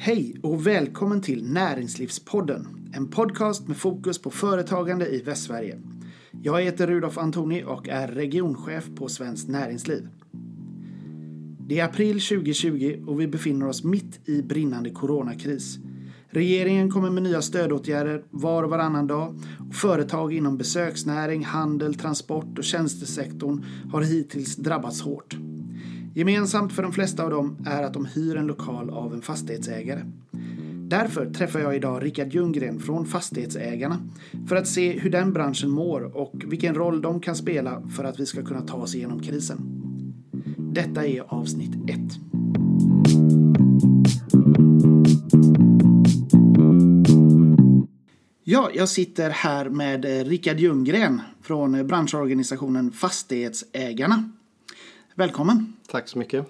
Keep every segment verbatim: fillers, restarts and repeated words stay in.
Hej och välkommen till Näringslivspodden, en podcast med fokus på företagande i Västsverige. Jag heter Rudolf Antoni och är regionchef på Svenskt Näringsliv. Det är april tjugo tjugo och vi befinner oss mitt i brinnande coronakris. Regeringen kommer med nya stödåtgärder var och varannan dag och företag inom besöksnäring, handel, transport och tjänstesektorn har hittills drabbats hårt. Gemensamt för de flesta av dem är att de hyr en lokal av en fastighetsägare. Därför träffar jag idag Rickard Ljunggren från Fastighetsägarna för att se hur den branschen mår och vilken roll de kan spela för att vi ska kunna ta oss igenom krisen. Detta är avsnitt ett. Ja, jag sitter här med Rickard Ljunggren från branschorganisationen Fastighetsägarna. Välkommen. Tack så mycket.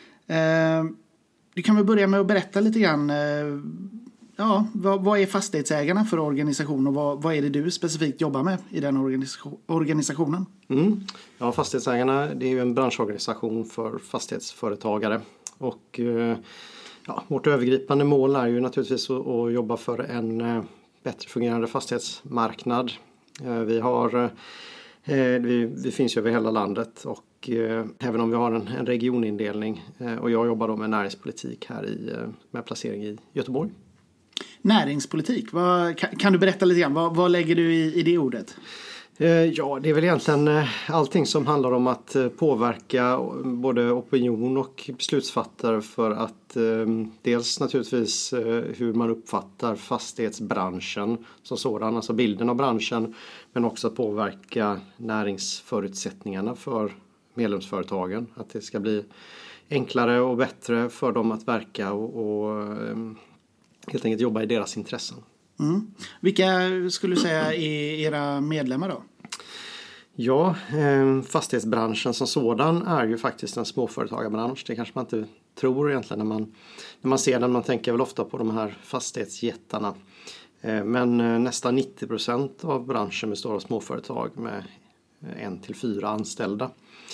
Eh, du kan väl börja med att berätta lite grann. Eh, ja, vad, vad är Fastighetsägarna för organisation och vad, vad är det du specifikt jobbar med i den organisation, organisationen? Mm. Ja, Fastighetsägarna det är ju en branschorganisation för fastighetsföretagare. Och eh, ja, vårt övergripande mål är ju naturligtvis att, att jobba för en eh, bättre fungerande fastighetsmarknad. Eh, vi har eh, vi, vi finns ju över hela landet och Eh, även om vi har en, en regionindelning eh, och jag jobbar då med näringspolitik här i, eh, med placering i Göteborg. Näringspolitik, vad, kan, kan du berätta lite grann, vad, vad lägger du i, i det ordet? Eh, ja, det är väl egentligen eh, allting som handlar om att eh, påverka både opinion och beslutsfattare för att eh, dels naturligtvis eh, hur man uppfattar fastighetsbranschen som sådan, alltså bilden av branschen, men också att påverka näringsförutsättningarna för medlemsföretagen, att det ska bli enklare och bättre för dem att verka och, och helt enkelt jobba i deras intressen. Mm. Vilka skulle du säga är era medlemmar då? Ja, eh, fastighetsbranschen som sådan är ju faktiskt en småföretagarbransch. Det kanske man inte tror egentligen när man, när man ser den. Man tänker väl ofta på de här fastighetsjättarna. Eh, men eh, nästan nittio procent av branschen består av småföretag med en till fyra anställda.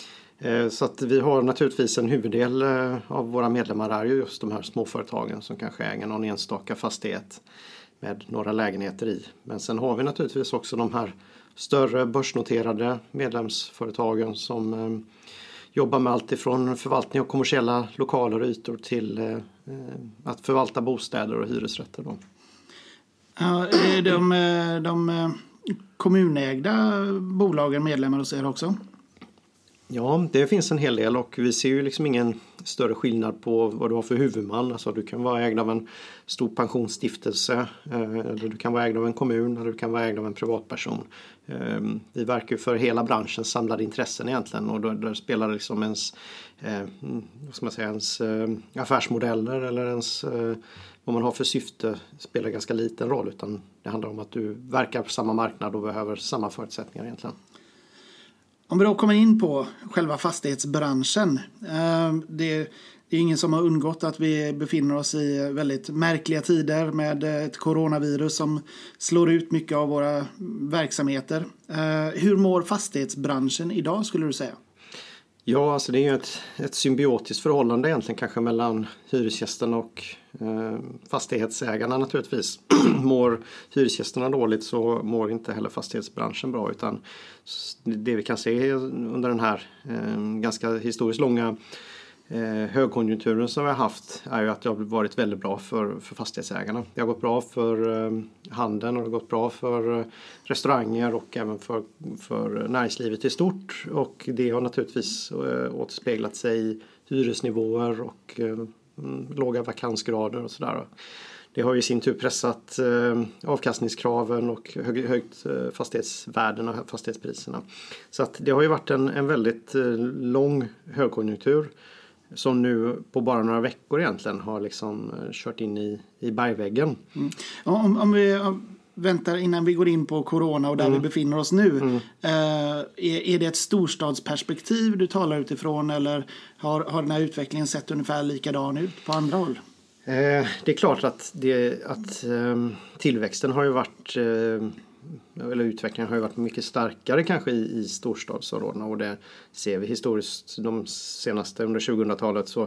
Så att vi har naturligtvis en huvuddel av våra medlemmar är ju just de här småföretagen som kanske äger någon enstaka fastighet med några lägenheter i. Men sen har vi naturligtvis också de här större börsnoterade medlemsföretagen som eh, jobbar med allt ifrån förvaltning av kommersiella lokaler och ytor till eh, att förvalta bostäder och hyresrätter då. Ja, är de, de kommunägda bolagen medlemmar hos er också? Ja, det finns en hel del och vi ser ju liksom ingen större skillnad på vad du har för huvudman. Alltså du kan vara ägd av en stor pensionsstiftelse, eller du kan vara ägd av en kommun, eller du kan vara ägd av en privatperson. Vi verkar ju för hela branschens samlade intressen egentligen och då, då spelar liksom ens, eh, vad ska man säga, ens eh, affärsmodeller eller ens eh, vad man har för syfte spelar ganska liten roll, utan det handlar om att du verkar på samma marknad och behöver samma förutsättningar egentligen. Om vi då kommer in på själva fastighetsbranschen. Det är ingen som har undgått att vi befinner oss i väldigt märkliga tider med ett coronavirus som slår ut mycket av våra verksamheter. Hur mår fastighetsbranschen idag skulle du säga? Ja, alltså det är ju ett, ett symbiotiskt förhållande egentligen kanske mellan hyresgästerna och eh, fastighetsägarna naturligtvis. Mår hyresgästerna dåligt så mår inte heller fastighetsbranschen bra, utan det vi kan se under den här eh, ganska historiskt långa eh, högkonjunkturen som vi har haft är ju att det har varit väldigt bra för, för fastighetsägarna. Det har gått bra för eh, handeln och det har gått bra för eh, restauranger och även för, för näringslivet i stort, och det har naturligtvis eh, återspeglat sig i hyresnivåer och eh, låga vakansgrader och sådär. Det har ju i sin tur pressat eh, avkastningskraven och hög, högt eh, fastighetsvärden och fastighetspriserna. Så att det har ju varit en, en väldigt eh, lång högkonjunktur som nu på bara några veckor egentligen har liksom eh, kört in i, i bergväggen. Mm. Om, om vi väntar innan vi går in på corona och där mm. vi befinner oss nu. Mm. Eh, är, är det ett storstadsperspektiv du talar utifrån, eller har, har den här utvecklingen sett ungefär likadan ut på andra håll? Eh, det är klart att, det, att eh, tillväxten har ju varit, eh, eller utvecklingen har ju varit mycket starkare kanske i, i storstadsområdena, och det ser vi historiskt de senaste under tjugohundratalet så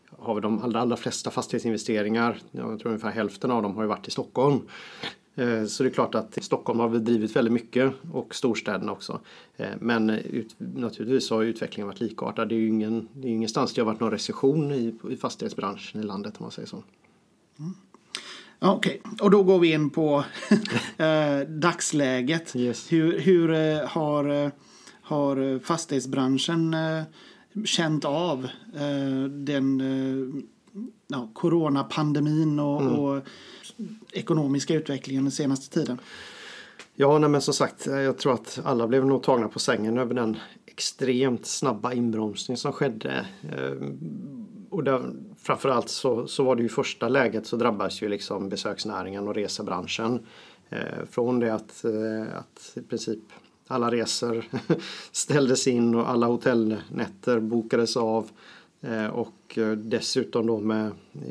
har vi de allra, allra flesta fastighetsinvesteringar. Jag tror ungefär hälften av dem har ju varit i Stockholm. Så det är klart att Stockholm har drivit väldigt mycket och storstäderna också. Men ut, naturligtvis har utvecklingen varit likartad. Det är ju ingen, det är ingenstans det har varit någon recession i, i fastighetsbranschen i landet om man säger så. Mm. Okej, okay. Och då går vi in på eh, dagsläget. Yes. Hur, hur eh, har, har fastighetsbranschen eh, känt av eh, den eh, ja, coronapandemin och, mm. och ekonomiska utvecklingen den senaste tiden? Ja, nej, men som sagt, jag tror att alla blev nog tagna på sängen över den extremt snabba inbromsning som skedde. Och där, framförallt så, så var det ju första läget så drabbas ju liksom besöksnäringen och resebranschen. Från det att, att i princip alla resor ställdes in och alla hotellnätter bokades av. Och dessutom då med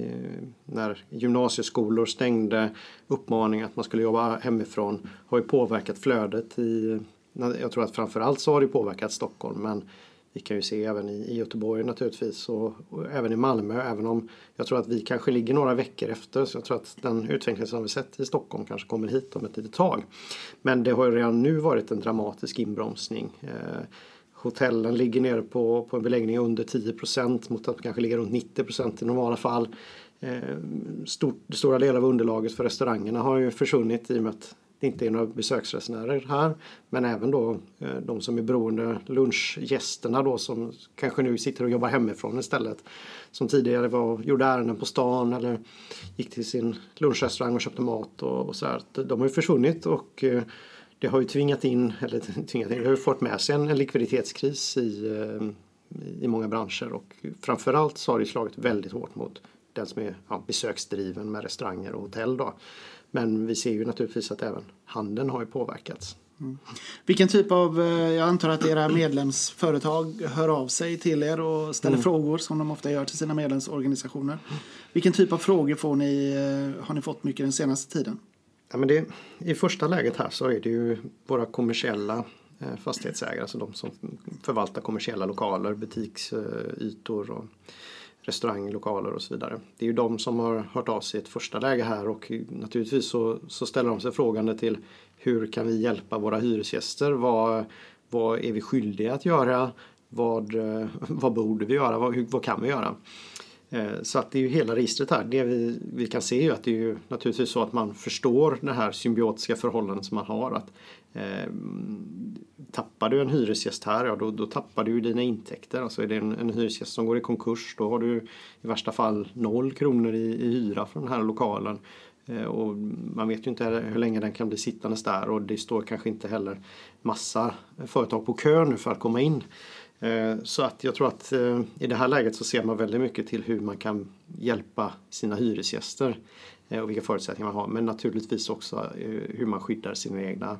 när gymnasieskolor stängde, uppmaning att man skulle jobba hemifrån har ju påverkat flödet i, jag tror att framförallt så har det påverkat Stockholm, men vi kan ju se även i Göteborg naturligtvis och, och även i Malmö, även om jag tror att vi kanske ligger några veckor efter, så jag tror att den utveckling som vi sett i Stockholm kanske kommer hit om ett litet tag. Men det har ju redan nu varit en dramatisk inbromsning. Eh, hotellen ligger nere på, på en beläggning under tio procent mot att kanske ligga runt nittio procent i normala fall. Eh, stor, stora delar av underlaget för restaurangerna har ju försvunnit i och med att det inte är några besöksresenärer här, men även då eh, de som är beroende, lunchgästerna då som kanske nu sitter och jobbar hemifrån istället, som tidigare var, gjorde ärenden på stan eller gick till sin lunchrestaurang och köpte mat och, och så här. De har ju försvunnit och eh, det har ju tvingat in, eller tvingat in, det har ju fått med sig en, en likviditetskris i, eh, i många branscher, och framförallt så har det slagit väldigt hårt mot den som är ja, besöksdriven med restauranger och hotell då. Men vi ser ju naturligtvis att även handeln har ju påverkats. Mm. Vilken typ av, jag antar att era medlemsföretag hör av sig till er och ställer mm. frågor som de ofta gör till sina medlemsorganisationer. Mm. Vilken typ av frågor får ni, har ni fått mycket den senaste tiden? Ja, men det, i första läget här så är det ju våra kommersiella eh, fastighetsägare, alltså de som förvaltar kommersiella lokaler, butiksytor och restauranglokaler och så vidare. Det är ju de som har hört av sig i ett första läge här, och naturligtvis så, så ställer de sig frågande till hur kan vi hjälpa våra hyresgäster? Vad, vad är vi skyldiga att göra? Vad, vad borde vi göra? Vad, vad kan vi göra? Så att det är ju hela registret här. Det vi, vi kan se är ju att det är ju naturligtvis så att man förstår det här symbiotiska förhållandet som man har. Att eh, tappar du en hyresgäst här, ja då, då tappar du ju dina intäkter. Alltså är det en, en hyresgäst som går i konkurs, då har du i värsta fall noll kronor i, i hyra från den här lokalen. Eh, och man vet ju inte hur länge den kan bli sittandes där, och det står kanske inte heller massa företag på kö nu för att komma in. Så att jag tror att i det här läget så ser man väldigt mycket till hur man kan hjälpa sina hyresgäster och vilka förutsättningar man har. Men naturligtvis också hur man skyddar sina egna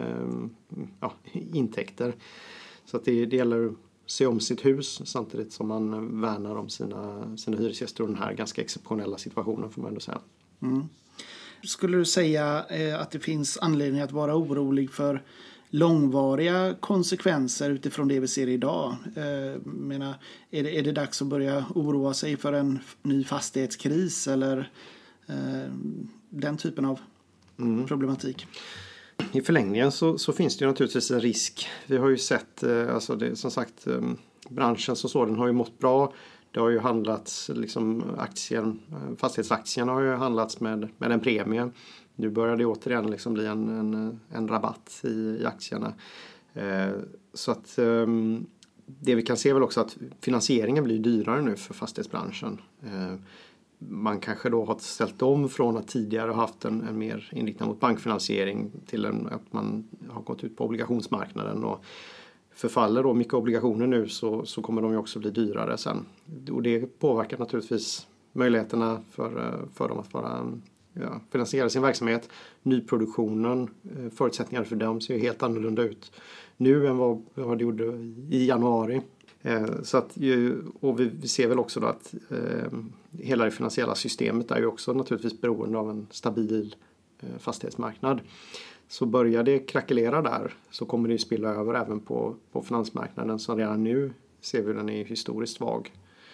ja, intäkter. Så att det, det gäller att se om sitt hus samtidigt som man värnar om sina, sina hyresgäster och den här ganska exceptionella situationen, får man ändå säga. Mm. Skulle du säga att det finns anledning att vara orolig för långvariga konsekvenser utifrån det vi ser idag? Eh, menar, är, det, är det dags att börja oroa sig för en ny fastighetskris eller eh, den typen av mm. problematik? I förlängningen så, så finns det ju naturligtvis en risk. Vi har ju sett, eh, alltså det, som sagt, eh, branschen som sådan har ju mått bra. Det har ju handlats, liksom aktien, fastighetsaktierna har ju handlats med, med en premie. Nu börjar det återigen liksom bli en, en, en rabatt i, i aktierna. Eh, så att eh, det vi kan se väl också att finansieringen blir dyrare nu för fastighetsbranschen. Eh, man kanske då har ställt om från att tidigare ha haft en, en mer inriktning mot bankfinansiering till en, att man har gått ut på obligationsmarknaden, och förfaller då mycket obligationer nu så, så kommer de ju också bli dyrare sen. Och det påverkar naturligtvis möjligheterna för, för dem att vara, ja, finansiera sin verksamhet. Nyproduktionen, förutsättningar för dem ser ju helt annorlunda ut nu än vad, vad det gjorde i januari. Så att, och vi ser väl också då att eh, hela det finansiella systemet är ju också naturligtvis beroende av en stabil eh, fastighetsmarknad. Så börjar det krackelera där så kommer det spilla över även på, på finansmarknaden, som redan nu ser vi den är historiskt svag.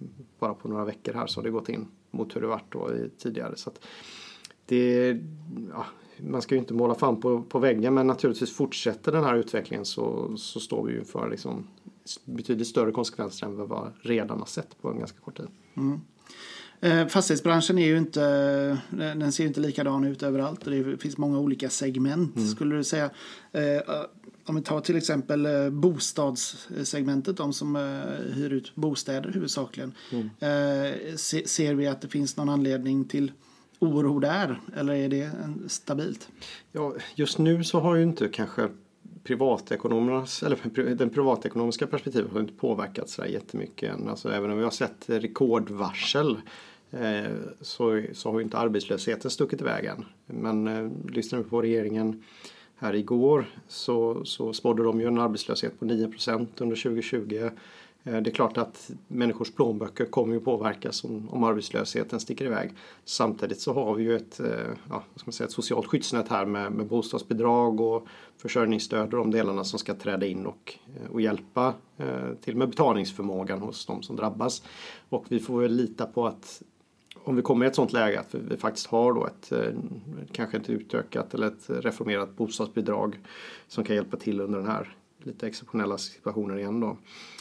bara på några veckor här så har det gått in mot hur det varit då i, tidigare. Så att det, ja, man ska ju inte måla fan på, på väggen, men naturligtvis fortsätter den här utvecklingen så, så står vi ju för liksom betydligt större konsekvenser än vad vi redan har sett på en ganska kort tid. Mm. Eh, fastighetsbranschen är ju inte, den ser ju inte likadan ut överallt och det finns många olika segment. Mm. Skulle du säga, eh, om vi tar till exempel eh, bostadssegmentet, de som eh, hyr ut bostäder huvudsakligen. Mm. Eh, se, ser vi att det finns någon anledning till oro där, eller är det stabilt? Ja, just nu så har ju inte kanske privatekonomernas, eller den privatekonomiska perspektivet har inte påverkat så jättemycket än. Alltså, även om vi har sett rekordvarsel eh, så, så har ju inte arbetslösheten stuckit iväg än. Men eh, lyssnar vi på regeringen här igår så, så spådde de ju en arbetslöshet på nio procent under tjugo tjugo. Det är klart att människors plånböcker kommer ju påverkas om, om arbetslösheten sticker iväg. Samtidigt så har vi ju ett, ja, vad ska man säga, ett socialt skyddsnät här med, med bostadsbidrag och försörjningsstöd och de delarna som ska träda in och, och hjälpa eh, till med betalningsförmågan hos de som drabbas. Och vi får väl lita på att om vi kommer i ett sånt läge att vi, vi faktiskt har då ett eh, kanske ett utökat eller ett reformerat bostadsbidrag som kan hjälpa till under den här lite exceptionella situationen igen då.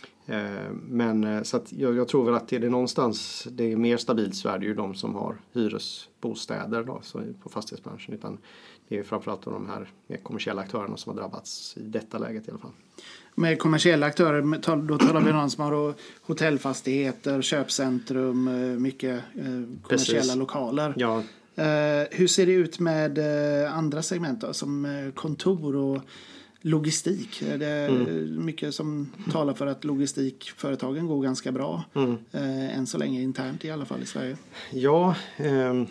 Men så att jag, jag tror väl att det är någonstans det är mer stabilt så är det ju de som har hyresbostäder då, så på fastighetsbranschen, utan det är framförallt de här mer kommersiella aktörerna som har drabbats i detta läget i alla fall. Med kommersiella aktörer, då talar vi om någon som har hotellfastigheter, köpcentrum, mycket kommersiella Precis. lokaler. Ja. Hur ser det ut med andra segment då, som kontor och logistik? Det är mm. mycket som talar för att logistikföretagen går ganska bra. Mm. Eh, än så länge internt i alla fall i Sverige. Ja, eh,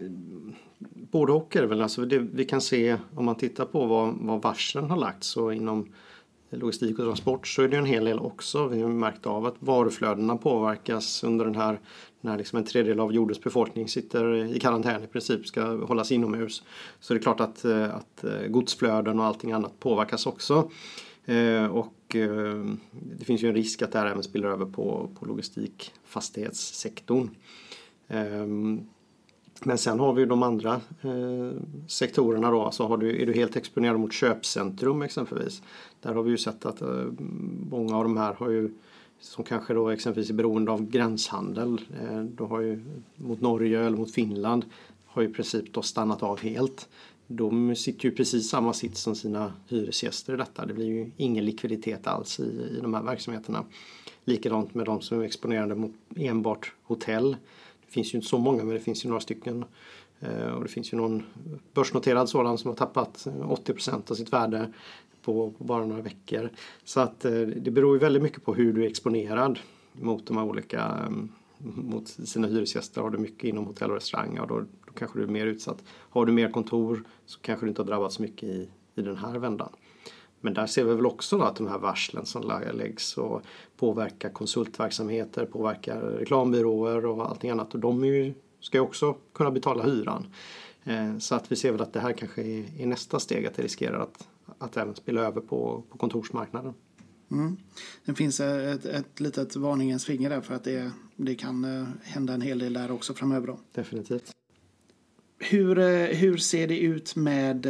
både och är det väl. Alltså det, vi kan se om man tittar på vad, vad varslen har lagt så inom logistik och transport så är det en hel del också. Vi har märkt av att varuflödena påverkas under den här när liksom en tredjedel av jordens befolkning sitter i karantän i princip ska hållas inomhus. Så det är klart att, att godsflöden och allting annat påverkas också. Eh, och eh, det finns ju en risk att det här även spiller över på, på logistik, fastighetssektorn. Eh, men sen har vi ju de andra eh, sektorerna då. Så har du, är du helt exponerad mot köpcentrum exempelvis. Där har vi ju sett att eh, många av de här har ju som kanske då exempelvis är beroende av gränshandel. Eh, då har ju mot Norge eller mot Finland har ju i princip då stannat av helt. De sitter ju precis samma sits som sina hyresgäster i detta. Det blir ju ingen likviditet alls i, i de här verksamheterna. Likadant med de som är exponerade mot enbart hotell. Det finns ju inte så många, men det finns ju några stycken. Eh, och det finns ju någon börsnoterad sådan som har tappat åttio procent av sitt värde på, på bara några veckor. Så att eh, det beror ju väldigt mycket på hur du är exponerad mot de här olika, um, mot sina hyresgäster. Har du mycket inom hotell och restauranger, då, då kanske du är mer utsatt. Har du mer kontor så kanske du inte har drabbats mycket i, i den här vändan. Men där ser vi väl också då att de här varslen som läggs och påverkar konsultverksamheter, påverkar reklambyråer och allting annat. Och de är ju, ska ju också kunna betala hyran. Eh, så att vi ser väl att det här kanske är, är nästa steg, att det riskerar att, att även spela över på, på kontorsmarknaden. Mm. Det finns ett, ett litet varningens finger där för att det, det kan hända en hel del där också framöver då. Definitivt. Hur, hur ser det ut med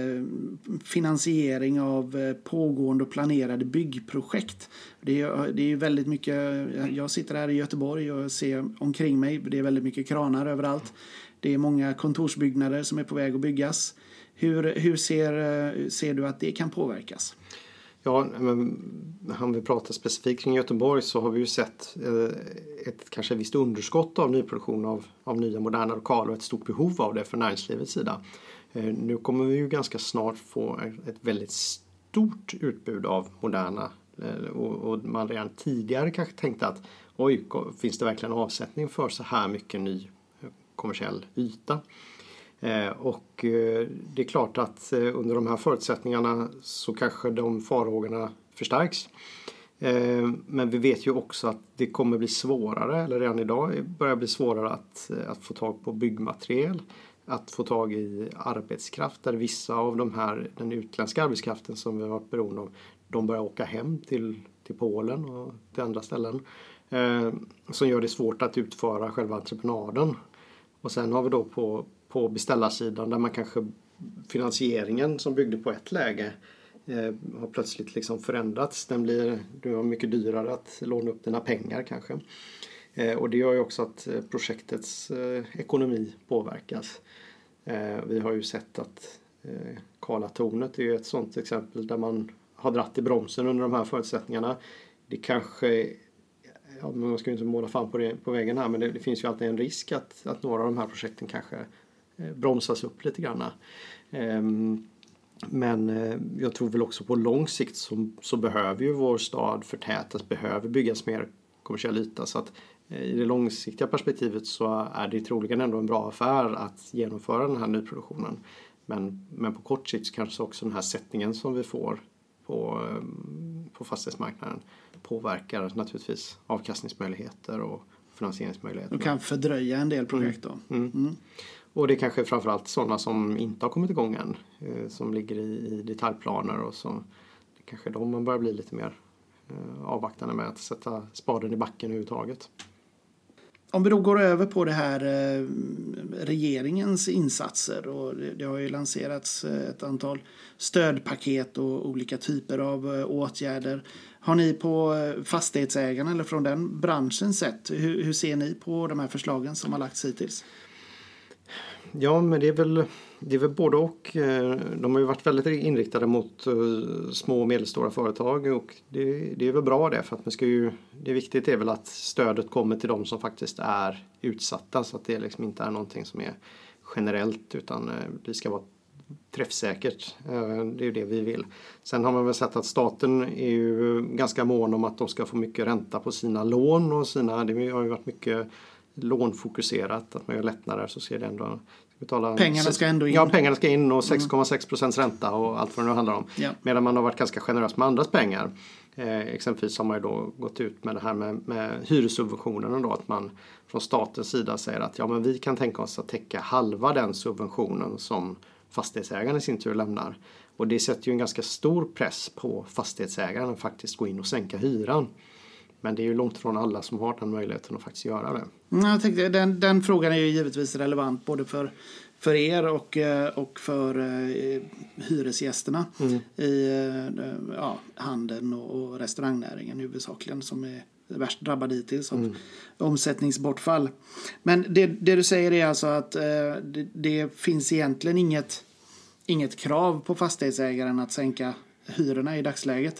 finansiering av pågående och planerade byggprojekt? Det är, det är väldigt mycket, jag sitter här i Göteborg och ser omkring mig, det är väldigt mycket kranar överallt. Det är många kontorsbyggnader som är på väg att byggas. Hur, hur ser, ser du att det kan påverkas? Ja, men om vi pratar specifikt kring Göteborg så har vi ju sett ett kanske visst underskott av nyproduktion av, av nya moderna lokaler och ett stort behov av det för näringslivets sida. Nu kommer vi ju ganska snart få ett väldigt stort utbud av moderna och, och man redan tidigare kanske tänkte att oj, finns det verkligen avsättning för så här mycket ny kommersiell yta? Eh, och eh, det är klart att eh, under de här förutsättningarna så kanske de farhågorna förstärks. Eh, men vi vet ju också att det kommer bli svårare, eller redan idag börjar bli svårare att, att få tag på byggmaterial, att få tag i arbetskraft, där vissa av de här, den utländska arbetskraften som vi har varit beroende av, de börjar åka hem till, till Polen och till andra ställen. Eh, som gör det svårt att utföra själva entreprenaden. Och sen har vi då på, på beställarsidan där man kanske finansieringen som byggde på ett läge eh, har plötsligt liksom förändrats. Den blir, det var mycket dyrare att låna upp dina pengar kanske. Eh, och det gör ju också att eh, projektets eh, ekonomi påverkas. Eh, vi har ju sett att eh, Karlatornet är ju ett sådant exempel där man har dratt i bromsen under de här förutsättningarna. Det kanske, ja, man ska ju inte måla fan på, det, på vägen här, men det, det finns ju alltid en risk att, att några av de här projekten kanske eh, bromsas upp lite grann. Eh, men eh, jag tror väl också på lång sikt så, så behöver ju vår stad förtätas, behöver byggas mer kommersiell yta, så att eh, i det långsiktiga perspektivet så är det troligen ändå en bra affär att genomföra den här nyproduktionen. Men, men på kort sikt kanske också den här sättningen som vi får på, på fastighetsmarknaden påverkar naturligtvis avkastningsmöjligheter och finansieringsmöjligheter. Och kan fördröja en del projekt då. Mm. Mm. Och det är kanske framförallt sådana som inte har kommit igång än, eh, som ligger i, i detaljplaner, och så det kanske de man börjar bli lite mer eh, avvaktande med att sätta spaden i backen överhuvudtaget. Om vi då går över på det här eh, regeringens insatser, och det, det har ju lanserats ett antal stödpaket och olika typer av eh, åtgärder. Har ni på fastighetsägarna eller från den branschen sett, hur, hur ser ni på de här förslagen som har lagts hittills? Ja, men det är väl, det är väl både och. De har ju varit väldigt inriktade mot små och medelstora företag, och det, det är väl bra det, för att man ska ju, det är viktigt är väl att stödet kommer till de som faktiskt är utsatta, så att det liksom inte är någonting som är generellt, utan det ska vara träffsäkert. Det är ju det vi vill. Sen har man väl sett att staten är ju ganska mån om att de ska få mycket ränta på sina lån och sina, det har ju varit mycket lånfokuserat, att man gör lättnader så ser det ändå betala, pengarna ska ändå in. Ja, pengarna ska in och sex komma sex procent ränta och allt vad det nu handlar om. Ja. Medan man har varit ganska generös med andras pengar. Eh, exempelvis har man ju då gått ut med det här med, med hyressubventionen då, att man från statens sida säger att ja, men vi kan tänka oss att täcka halva den subventionen som fastighetsägaren i sin tur lämnar. Och det sätter ju en ganska stor press på fastighetsägaren att faktiskt gå in och sänka hyran. Men det är ju långt från alla som har den möjligheten att faktiskt göra det. Jag tänkte, den, den frågan är ju givetvis relevant både för, för er och, och för eh, hyresgästerna mm. i eh, ja, handeln och, och restaurangnäringen huvudsakligen, som är värst drabbade hittills av mm. omsättningsbortfall. Men det, det du säger är alltså att eh, det, det finns egentligen inget, inget krav på fastighetsägaren att sänka hyrorna i dagsläget?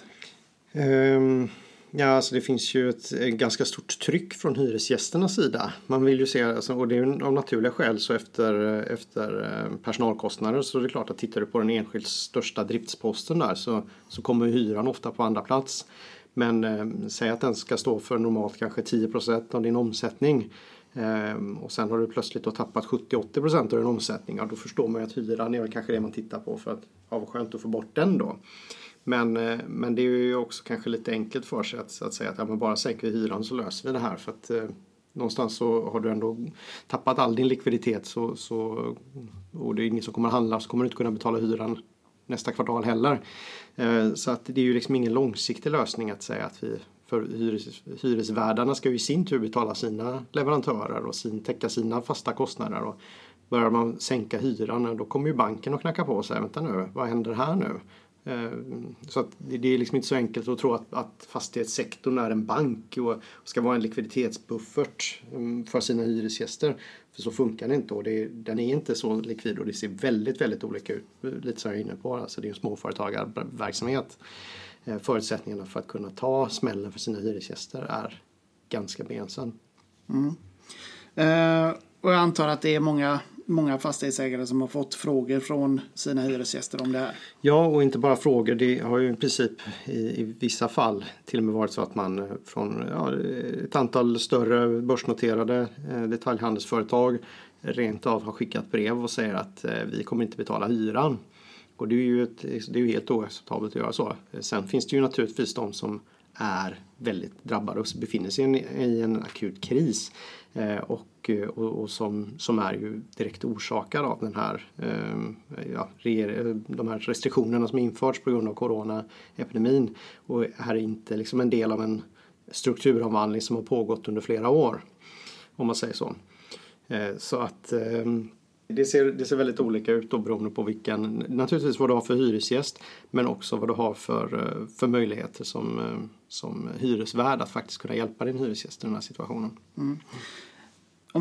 Um... Ja, alltså det finns ju ett ganska stort tryck från hyresgästernas sida. Man vill ju se, alltså, och det är av naturliga skäl, så efter, efter personalkostnader så är det klart att tittar du på den enskilt största driftsposten där, så, så kommer hyran ofta på andra plats. Men eh, säg att den ska stå för normalt kanske tio procent av din omsättning. Eh, och sen har du plötsligt då tappat sjuttio till åttio procent av din omsättning. Ja, då förstår man ju att hyran är kanske det man tittar på, för att ja, vad skönt att få bort den då. Men, men det är ju också kanske lite enkelt för sig att, att säga att ja, men bara sänker vi hyran så löser vi det här. För att eh, någonstans så har du ändå tappat all din likviditet, så, så, och det är ingen som kommer att handla, så kommer du inte kunna betala hyran nästa kvartal heller. Eh, så att det är ju liksom ingen långsiktig lösning att säga att vi, för hyres, hyresvärdarna ska ju i sin tur betala sina leverantörer och sin, täcka sina fasta kostnader. Och börjar man sänka hyran, då kommer ju banken att knacka på och säga vänta nu, vad händer här nu? Så att det är liksom inte så enkelt att tro att, att fastighetssektorn är en bank och ska vara en likviditetsbuffert för sina hyresgäster. För så funkar det inte, och det, den är inte så likvid, och det ser väldigt, väldigt olika ut. Lite så här inne på, alltså det är en småföretagarverksamhet. Förutsättningarna för att kunna ta smällen för sina hyresgäster är ganska begränsad. Mm. Uh, och jag antar att det är många många fastighetsägare som har fått frågor från sina hyresgäster om det här. Ja, och inte bara frågor. Det har ju i princip i, i vissa fall till och med varit så att man från ja, ett antal större börsnoterade eh, detaljhandelsföretag rent av har skickat brev och säger att eh, vi kommer inte betala hyran. Och det är ju, ett, det är ju helt oacceptabelt att göra så. Sen finns det ju naturligtvis de som är väldigt drabbade och befinner sig i en, i en akut kris. Eh, och, och, och som, som är ju direkt orsakad av den här, eh, ja, reger, de här restriktionerna som införts på grund av coronaepidemin. Och här är inte liksom en del av en strukturomvandling som har pågått under flera år, om man säger så. Så att det ser, det ser väldigt olika ut då, beroende på vilken, naturligtvis vad du har för hyresgäst, men också vad du har för, för möjligheter som, som hyresvärd att faktiskt kunna hjälpa din hyresgäst i den här situationen. Mm. Om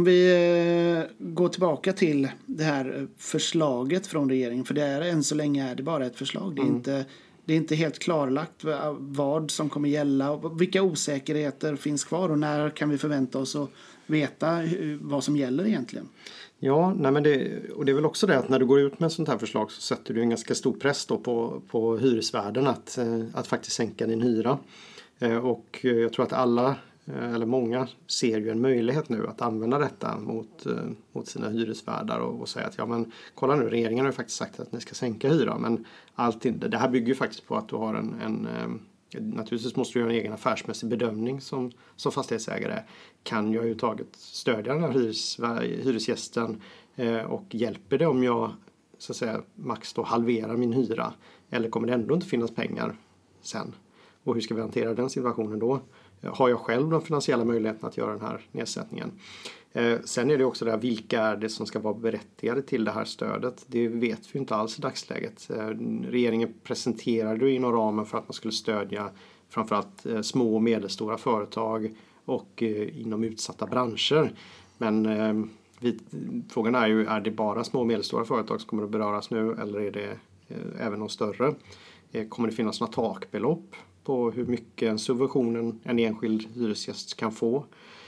vi går tillbaka till det här förslaget från regeringen, för det är än så länge är det bara ett förslag. Det är, mm. inte, det är inte helt klarlagt vad som kommer gälla och vilka osäkerheter finns kvar och när kan vi förvänta oss att veta vad som gäller egentligen. Ja, nej men det, och det är väl också det att när du går ut med ett sånt här förslag så sätter du en ganska stor press då på, på hyresvärden att, att faktiskt sänka din hyra. Och jag tror att alla, eller många, ser ju en möjlighet nu att använda detta mot, mot sina hyresvärdar och, och säga att ja men kolla nu, regeringen har ju faktiskt sagt att ni ska sänka hyra, men allt, det här bygger ju faktiskt på att du har en, en naturligtvis måste du göra en egen affärsmässig bedömning som, som fastighetsägare. Kan jag överhuvudtaget stödja den här hyres, hyresgästen eh, och hjälper det om jag så att säga max då halverar min hyra, eller kommer det ändå inte finnas pengar sen? Och hur ska vi hantera den situationen då? Har jag själv de finansiella möjligheterna att göra den här nedsättningen? Eh, sen är det också där, vilka är det som ska vara berättigade till det här stödet? Det vet vi inte alls i dagsläget. Eh, regeringen presenterade ju inom ramen för att man skulle stödja framförallt eh, små och medelstora företag och eh, inom utsatta branscher. Men eh, vi, frågan är ju, är det bara små och medelstora företag som kommer att beröras nu, eller är det eh, även de större? Eh, kommer det finnas några takbelopp på hur mycket en subventionen en enskild hyresgäst kan få?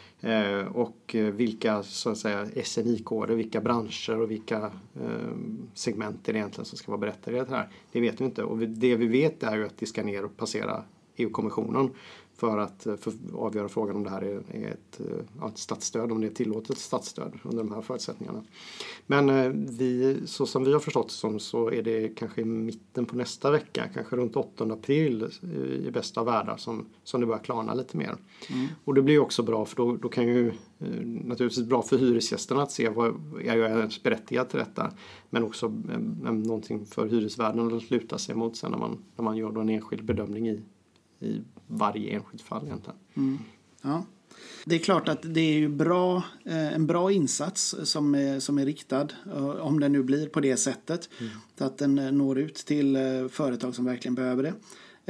Eh, och vilka så att säga S N I-koder, vilka branscher och vilka eh, segment är det egentligen som ska vara berättigade till det här. Det vet vi inte, och det vi vet är ju att det ska ner och passera E U-kommissionen för att för avgöra frågan om det här är ett, ett statsstöd, om det är tillåtet statsstöd under de här förutsättningarna. Men eh, vi, så som vi har förstått som, så är det kanske i mitten på nästa vecka, kanske runt åttonde april i, i bästa världar som, som det börjar klarna lite mer. Mm. Och det blir också bra, för då, då kan ju eh, naturligtvis bra för hyresgästerna att se vad är jag ens berättigad till detta, men också eh, någonting för hyresvärden att luta sig mot sen när man, när man gör då en enskild bedömning i i varje enskilt fall egentligen. Mm. Ja. Det är klart att det är ju bra, en bra insats som är, som är riktad, om den nu blir på det sättet, mm. att den når ut till företag som verkligen behöver det.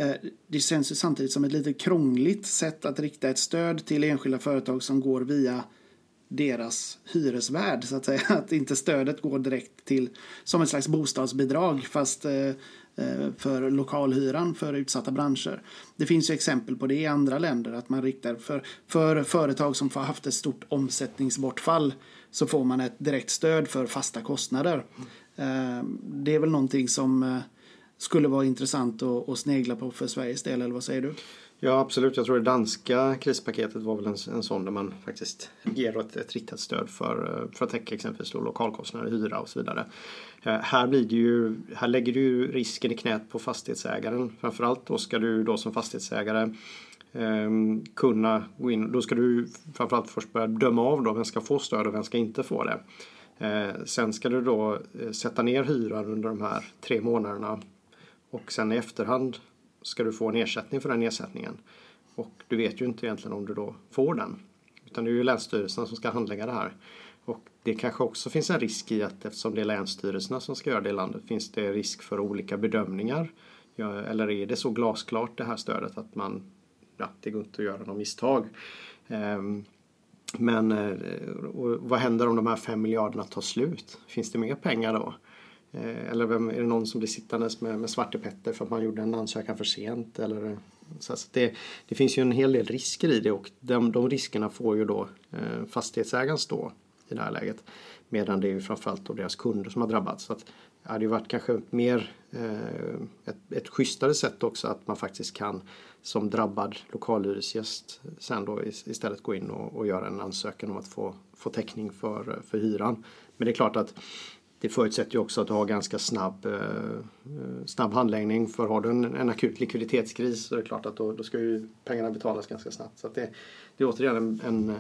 Det känns ju samtidigt som ett lite krångligt sätt att rikta ett stöd till enskilda företag som går via deras hyresvärd, så att säga. Att inte stödet går direkt till som ett slags bostadsbidrag, fast för lokalhyran för utsatta branscher. Det finns ju exempel på det i andra länder, att man riktar för, för företag som har haft ett stort omsättningsbortfall, så får man ett direkt stöd för fasta kostnader. Mm. Det är väl någonting som skulle vara intressant att, att snegla på för Sveriges del, eller vad säger du? Ja, absolut. Jag tror det danska krispaketet var väl en, en sån där man faktiskt ger ett, ett riktat stöd för, för att täcka exempelvis lokalkostnader, hyra och så vidare. Eh, här, blir det ju, här lägger du ju risken i knät på fastighetsägaren. Framförallt då ska du då som fastighetsägare eh, kunna gå in. Då ska du framförallt först börja döma av då vem ska få stöd och vem ska inte få det. Eh, sen ska du då eh, sätta ner hyran under de här tre månaderna, och sen i efterhand ska du få en ersättning för den ersättningen. Och du vet ju inte egentligen om du då får den. Utan det är ju länsstyrelserna som ska handlägga det här. Och det kanske också finns en risk i att, eftersom det är länsstyrelserna som ska göra det i landet, finns det risk för olika bedömningar. Ja, eller är det så glasklart det här stödet att man, ja, det går inte att göra någon misstag. Um, men och vad händer om de här fem miljarderna tar slut? Finns det mer pengar då? Eller vem, är det någon som blir sittandes med, med Svarte Petter för att man gjorde en ansökan för sent? Eller, så att det, det finns ju en hel del risker i det, och de, de riskerna får ju då eh, fastighetsägaren stå i det här läget. Medan det är ju framförallt då deras kunder som har drabbats. Så att det hade ju varit kanske mer eh, ett, ett schysstare sätt också, att man faktiskt kan som drabbad lokalhyresgäst sen då istället gå in och, och göra en ansökan om att få, få täckning för, för hyran. Men det är klart att det förutsätter ju också att du har ganska snabb, eh, snabb handläggning. För har du en, en akut likviditetskris, så är det klart att då, då ska ju pengarna betalas ganska snabbt. Så att det, det är återigen en, en,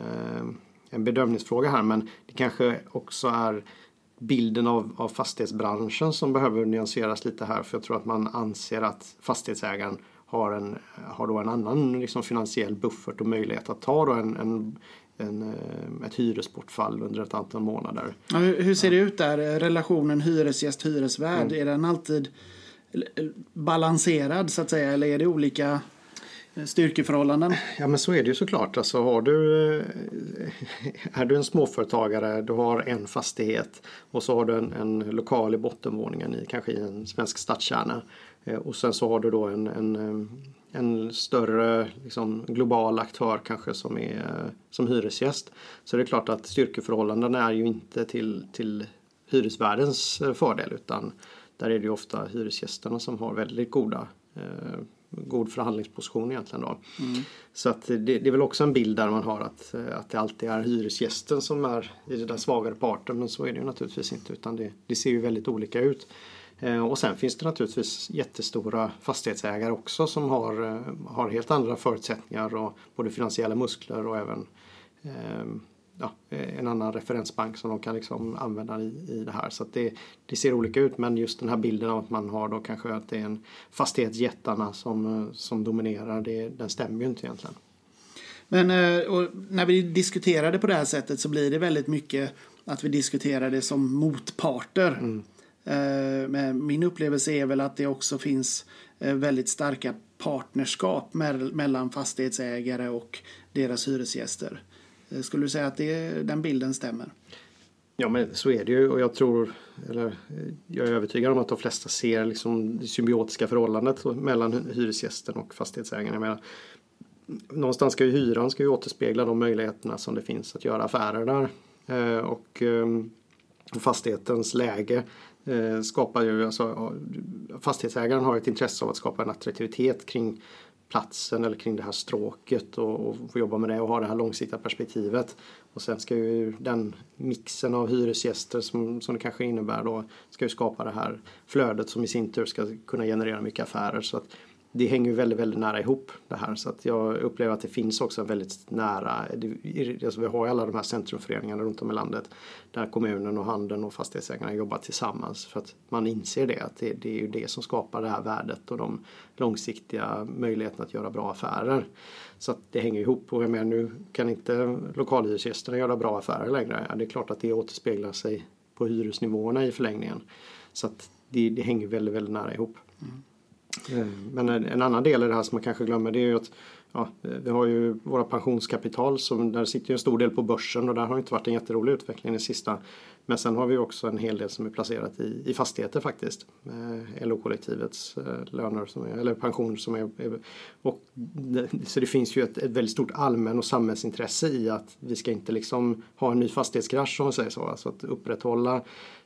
en bedömningsfråga här. Men det kanske också är bilden av, av fastighetsbranschen som behöver nyanseras lite här. För jag tror att man anser att fastighetsägaren har, en, har då en annan liksom finansiell buffert och möjlighet att ta då en, en, en, ett hyresbortfall under ett antal månader. Ja, hur, hur ser det ut där? Relationen hyresgäst-hyresvärd, mm. är den alltid balanserad så att säga, eller är det olika styrkeförhållanden? Ja, men så är det ju såklart. Alltså, har du, är du en småföretagare, du har en fastighet och så har du en, en lokal i bottenvåningen i kanske i en svensk stadskärna, och sen så har du då en, en, en större liksom, global aktör kanske som är som hyresgäst, så det är klart att styrkeförhållanden är ju inte till, till hyresvärdens fördel, utan där är det ju ofta hyresgästerna som har väldigt goda eh, god förhandlingsposition egentligen då. Mm. Så att det, det är väl också en bild där man har att, att det alltid är hyresgästen som är i den svagare parten, men så är det ju naturligtvis inte, utan det, det ser ju väldigt olika ut. Eh, och sen finns det naturligtvis jättestora fastighetsägare också som har, eh, har helt andra förutsättningar och både finansiella muskler och även eh, ja, en annan referensbank som de kan liksom använda i, i det här. Så att det, det ser olika ut, men just den här bilden av att man har då kanske att det är en fastighetsjättarna som, som dominerar, det, den stämmer ju inte egentligen. Men och när vi diskuterar det på det här sättet så blir det väldigt mycket att vi diskuterar det som motparter. Mm. Men min upplevelse är väl att det också finns väldigt starka partnerskap mellan fastighetsägare och deras hyresgäster. Skulle du säga att det, den bilden stämmer? Ja, men så är det ju, och jag tror, eller jag är övertygad om att de flesta ser liksom det symbiotiska förhållandet mellan hyresgästen och fastighetsägaren. Men någonstans ska ju hyran ska ju återspegla de möjligheterna som det finns att göra affärer där, och fastighetens läge skapar ju, alltså fastighetsägaren har ett intresse av att skapa en attraktivitet kring platsen eller kring det här stråket och, och få jobba med det och ha det här långsiktiga perspektivet. Och sen ska ju den mixen av hyresgäster som, som det kanske innebär då, ska ju skapa det här flödet som i sin tur ska kunna generera mycket affärer. Så att det hänger ju väldigt, väldigt nära ihop det här. Så att jag upplever att det finns också en väldigt nära, alltså vi har ju alla de här centrumföreningarna runt om i landet där kommunen och handeln och fastighetsägarna jobbar tillsammans, för att man inser det, att det, det är ju det som skapar det här värdet och de långsiktiga möjligheterna att göra bra affärer. Så att det hänger ihop, och jag menar, nu kan inte lokalhyresgästerna göra bra affärer längre. Ja, det är klart att det återspeglar sig på hyresnivåerna i förlängningen. Så att det, det hänger väldigt, väldigt nära ihop. Mm. Men en annan del i det här som man kanske glömmer, det är ju att ja, vi har ju våra pensionskapital som där sitter ju en stor del på börsen, och där har inte varit en jätterolig utveckling i sista. Men sen har vi också en hel del som är placerat i, i fastigheter faktiskt. Eh, L O-kollektivets eh, löner som är, eller pension som är, och så det finns ju ett, ett väldigt stort allmän och samhällsintresse i att vi ska inte liksom ha en ny fastighetskrasch, som man säger så, alltså att upprätthålla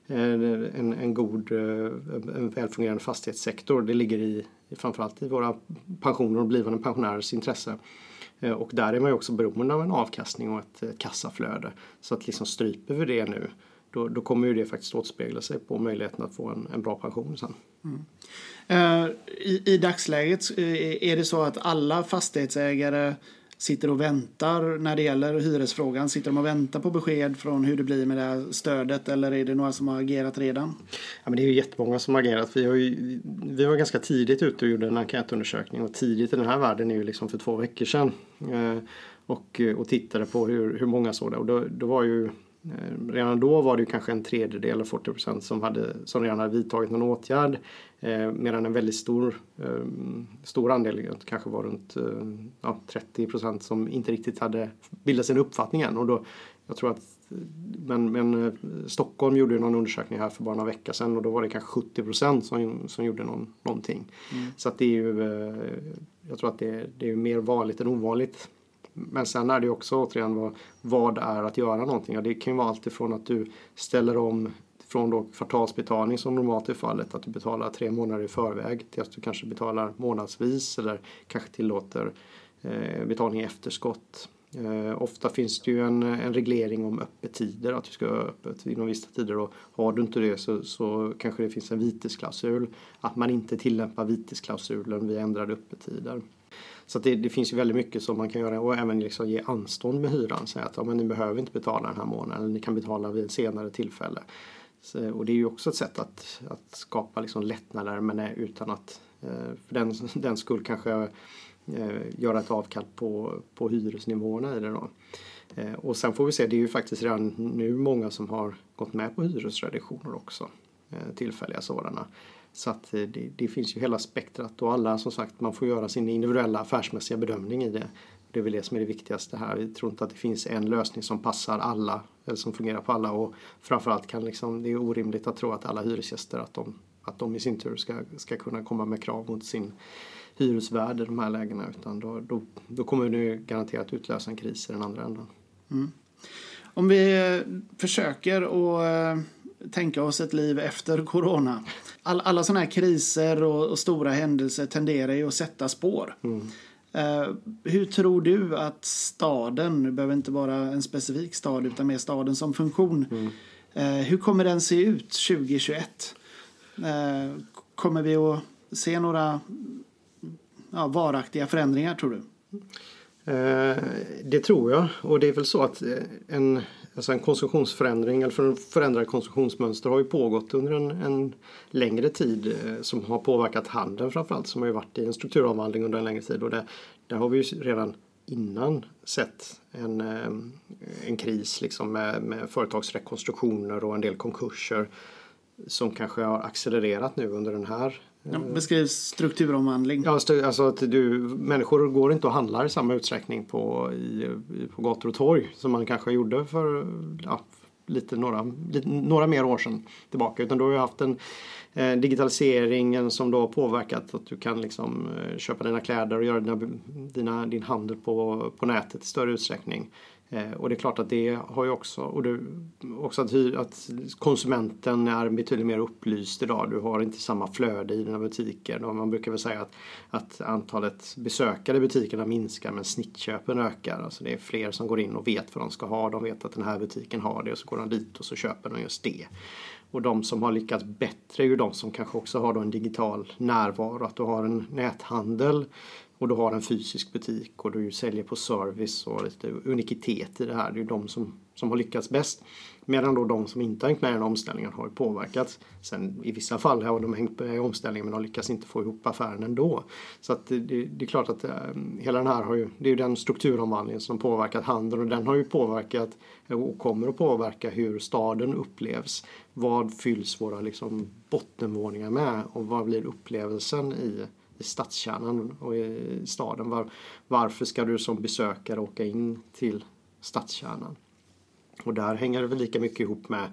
En, en god, en välfungerande fastighetssektor. Det ligger i, framförallt i våra pensioner och blivande pensionärers intresse. Och där är man ju också beroende av en avkastning och ett, ett kassaflöde. Så att liksom stryper vi det nu, då, då kommer ju det faktiskt återspegla sig på möjligheten att få en, en bra pension sen. Mm. Uh, i, I dagsläget är det så att alla fastighetsägare sitter och väntar när det gäller hyresfrågan? Sitter de och väntar på besked från hur det blir med det här stödet, eller är det några som har agerat redan? Ja, men det är ju jättemånga som har agerat. Vi, har ju, vi var ganska tidigt ute och gjorde en enkätundersökning, och tidigt i den här världen är ju liksom för två veckor sedan, eh, och, och tittade på hur, hur många såg det. Och då, då var ju redan då var det ju kanske en tredjedel eller fyrtio procent som, hade, som redan hade vidtagit någon åtgärd, eh, medan en väldigt stor, eh, stor andel, kanske var runt eh, ja, trettio procent som inte riktigt hade bildat sin uppfattning än. Och då, jag tror att, men, men Stockholm gjorde någon undersökning här för bara några veckor sedan, och då var det kanske sjuttio procent som, som gjorde någon, någonting. Mm. Så att det är ju, eh, jag tror att det, det är mer vanligt än ovanligt. Men sen är det också återigen vad, vad är att göra någonting. Ja, det kan ju vara allt ifrån att du ställer om från då kvartalsbetalning som normalt är fallet, att du betalar tre månader i förväg, till att du kanske betalar månadsvis eller kanske tillåter eh, betalning i efterskott. Eh, ofta finns det ju en, en reglering om öppettider, att du ska ha öppet inom vissa tider, och har du inte det så, så kanske det finns en vitesklausul, att man inte tillämpar vitesklausulen vid ändrade öppettider. Så att det, det finns ju väldigt mycket som man kan göra, och även liksom ge anstånd med hyran. Säga att ja, men ni behöver inte betala den här månaden, eller ni kan betala vid ett senare tillfälle. Så, och det är ju också ett sätt att, att skapa liksom lättnader, men utan att För den, den skulle kanske göra ett avkall på, på hyresnivåerna i det då. Och sen får vi se, det är ju faktiskt redan nu många som har gått med på hyresreduktioner också. Tillfälliga sådana. Så att det, det finns ju hela spektrat och alla, som sagt, man får göra sin individuella affärsmässiga bedömning i det. Det är väl det som är det viktigaste här. Vi tror inte att det finns en lösning som passar alla eller som fungerar på alla, och framförallt kan liksom, det är orimligt att tro att alla hyresgäster att de, att de i sin tur ska, ska kunna komma med krav mot sin hyresvärd i de här lägena, utan då, då, då kommer det garanterat utlösa en kris i den andra änden. Mm. Om vi försöker att tänka oss ett liv efter corona. All, alla sådana här kriser och, och stora händelser tenderar ju att sätta spår. Mm. Uh, hur tror du att staden, nu behöver inte vara en specifik stad utan mer staden som funktion, mm. uh, hur kommer den se ut tjugo tjugoett? Uh, kommer vi att se några ja, varaktiga förändringar, tror du? Uh, det tror jag, och det är väl så att en, alltså en konsumtionsförändring eller för förändrad konsumtionsmönster har ju pågått under en, en längre tid eh, som har påverkat handeln framförallt, som har ju varit i en strukturomvandling under en längre tid, och det, där har vi ju redan innan sett en, eh, en kris liksom med, med företagsrekonstruktioner och en del konkurser som kanske har accelererat nu under den här. Ja, beskriv strukturomvandling. Ja, alltså att du, människor går inte och handlar i samma utsträckning på, i, på gator och torg som man kanske gjorde för ja, lite, några, lite, några mer år sedan tillbaka. Utan då har vi haft en eh, digitaliseringen som då har påverkat att du kan liksom, eh, köpa dina kläder och göra dina, dina, din handel på, på nätet i större utsträckning. Eh, och det är klart att det har ju också, och det, också att, att konsumenten är betydligt mer upplyst idag. Du har inte samma flöde i dina butiker. Och man brukar väl säga att, att antalet besökare i butikerna minskar men snittköpen ökar. Alltså det är fler som går in och vet vad de ska ha. De vet att den här butiken har det och så går de dit och så köper de just det. Och de som har lyckats bättre är ju de som kanske också har då en digital närvaro. Att du har en näthandel och du har en fysisk butik och du säljer på service och lite unikitet i det här. Det är ju de som, som har lyckats bäst. Medan då de som inte har hängt med i den omställningen har påverkats. Sen i vissa fall har de hängt med i omställningen men de lyckas inte få ihop affären ändå. Så att det, det är klart att äh, hela den här har ju, det är ju den strukturomvandlingen som påverkat handeln, och den har ju påverkat och kommer att påverka hur staden upplevs. Vad fylls våra liksom bottenvåningar med och vad blir upplevelsen i i stadskärnan och i staden. Var, varför ska du som besökare åka in till stadskärnan? Och där hänger det väl lika mycket ihop med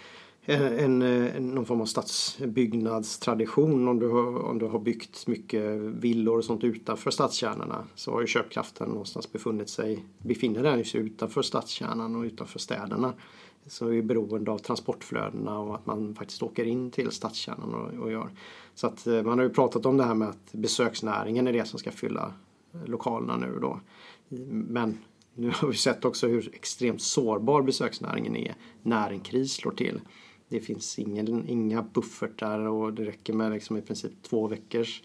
en, en, någon form av stadsbyggnadstradition. Om du, har, om du har byggt mycket villor och sånt utanför stadskärnorna, så har ju köpkraften någonstans befunnit sig, befinner den sig utanför stadskärnan och utanför städerna. Så är beroende av transportflödena och att man faktiskt åker in till stadskärnan och, och gör. Så att man har ju pratat om det här med att besöksnäringen är det som ska fylla lokalerna nu då. Men nu har vi sett också hur extremt sårbar besöksnäringen är när en kris slår till. Det finns ingen, inga buffertar och det räcker med liksom i princip två veckors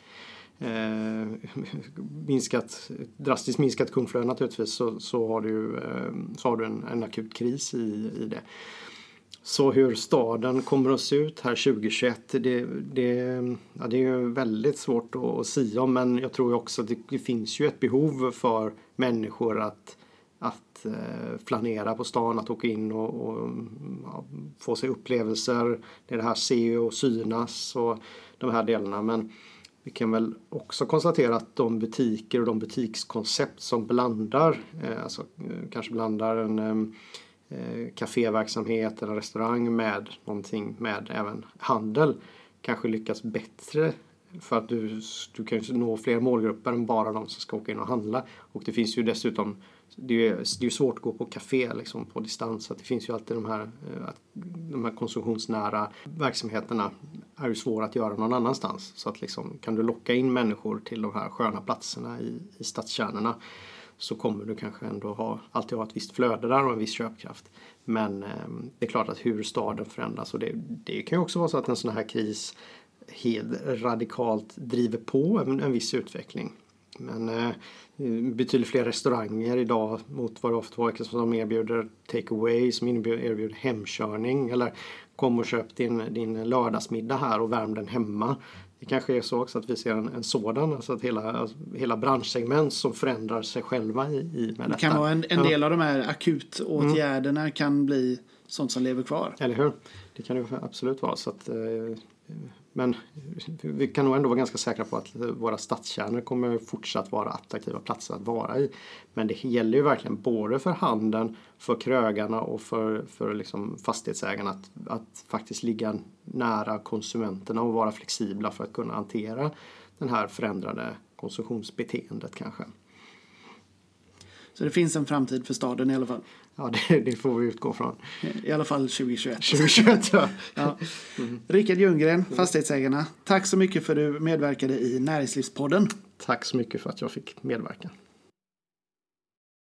Eh, minskat, drastiskt minskat kundflöde naturligtvis, så, så har du, eh, så har du en, en akut kris i, i det. Så hur staden kommer att se ut här tjugo tjugoett, det, det, ja, det är ju väldigt svårt att, att säga om, men jag tror också att det, det finns ju ett behov för människor att, att eh, flanera på stan, att åka in och, och ja, få sig upplevelser. Det är det här se och synas och de här delarna, men vi kan väl också konstatera att de butiker och de butikskoncept som blandar, eh, alltså eh, kanske blandar en eh, kaféverksamhet eller restaurang med någonting med även handel, kanske lyckas bättre, för att du, du kan ju nå fler målgrupper än bara de som ska åka in och handla. Och det finns ju dessutom, det är, det är svårt att gå på café liksom på distans, så att det finns ju alltid de här, de här konsumtionsnära verksamheterna är ju svåra att göra någon annanstans. Så att liksom, kan du locka in människor till de här sköna platserna i, i stadskärnorna, så kommer du kanske ändå ha, alltid ha ett visst flöde där och en viss köpkraft. Men eh, det är klart att hur staden förändras, och det, det kan ju också vara så att en sån här kris helt radikalt driver på en, en viss utveckling. Men eh, betydligt fler restauranger idag mot vad det ofta var som erbjuder takeaway, som erbjuder hemkörning, eller kom och köp din, din lördagsmiddag här och värm den hemma. det kanske är så också att vi ser en, en sådan, alltså att hela, alltså hela branschsegment som förändrar sig själva i, i med detta. Det kan vara en, en del ja. av de här akutåtgärderna mm. kan bli sånt som lever kvar. Eller hur? Det kan det absolut vara. Så att, men vi kan nog ändå vara ganska säkra på att våra stadskärnor kommer fortsatt vara attraktiva platser att vara i. Men det gäller ju verkligen både för handeln, för krögarna och för, för liksom fastighetsägarna att, att faktiskt ligga nära konsumenterna och vara flexibla för att kunna hantera den här förändrade konsumtionsbeteendet kanske. Så det finns en framtid för staden i alla fall? Ja, det, det får vi utgå från. I alla fall tjugohundratjugoett. tjugohundratjugoett, ja. ja. Mm. Rickard Ljunggren, Fastighetsägarna. Tack så mycket för att du medverkade i Näringslivspodden. Tack så mycket för att jag fick medverka.